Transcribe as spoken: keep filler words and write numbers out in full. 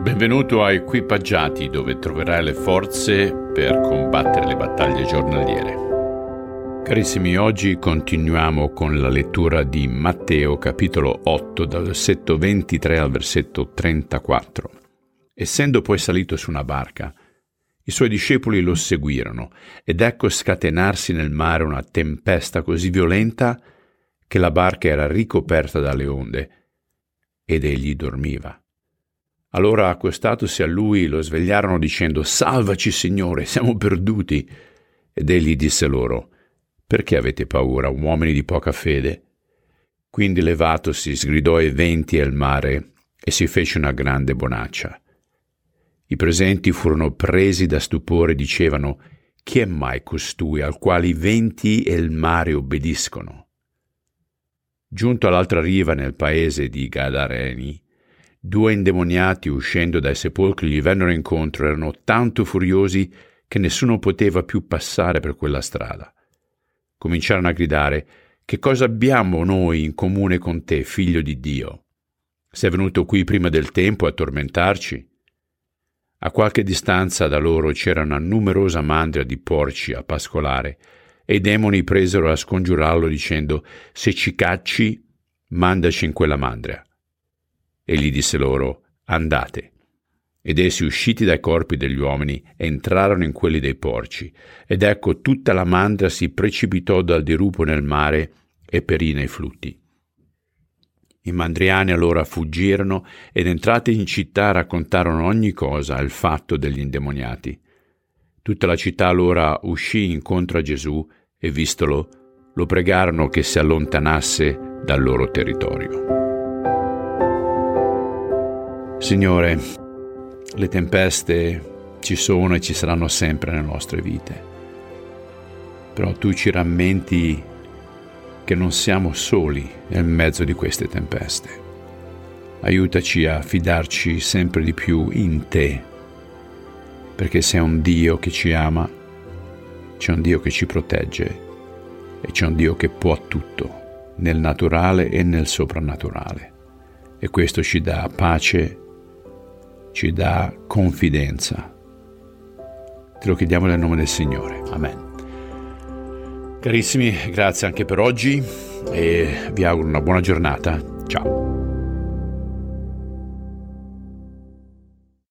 Benvenuto a Equipaggiati, dove troverai le forze per combattere le battaglie giornaliere. Carissimi, oggi continuiamo con la lettura di Matteo, capitolo otto, dal versetto ventitré al versetto trentaquattro. Essendo poi salito su una barca, i suoi discepoli lo seguirono, ed ecco scatenarsi nel mare una tempesta così violenta che la barca era ricoperta dalle onde, ed egli dormiva. Allora, accostatosi a lui, lo svegliarono dicendo: «Salvaci, Signore, siamo perduti!» Ed egli disse loro: «Perché avete paura, uomini di poca fede?» Quindi levatosi, sgridò ai venti e al mare, e si fece una grande bonaccia. I presenti furono presi da stupore e dicevano: «Chi è mai costui al quale i venti e il mare obbediscono?» Giunto all'altra riva, nel paese di Gadareni, due indemoniati, uscendo dai sepolcri, gli vennero incontro. Erano tanto furiosi che nessuno poteva più passare per quella strada. Cominciarono a gridare: «Che cosa abbiamo noi in comune con te, figlio di Dio? Sei venuto qui prima del tempo a tormentarci?» A qualche distanza da loro c'era una numerosa mandria di porci a pascolare, e i demoni presero a scongiurarlo dicendo: «Se ci cacci, mandaci in quella mandria». Egli disse loro: «Andate». Ed essi, usciti dai corpi degli uomini, entrarono in quelli dei porci, ed ecco tutta la mandria si precipitò dal dirupo nel mare e perì nei flutti. I mandriani allora fuggirono ed entrati in città raccontarono ogni cosa, il fatto degli indemoniati. Tutta la città allora uscì incontro a Gesù e, vistolo, lo pregarono che si allontanasse dal loro territorio. Signore, le tempeste ci sono e ci saranno sempre nelle nostre vite, però Tu ci rammenti che non siamo soli nel mezzo di queste tempeste. Aiutaci a fidarci sempre di più in Te, perché sei un Dio che ci ama, c'è un Dio che ci protegge e c'è un Dio che può tutto, nel naturale e nel soprannaturale. E questo ci dà pace, ci dà confidenza. Te lo chiediamo nel nome del Signore. Amen. Carissimi, grazie anche per oggi e vi auguro una buona giornata. Ciao.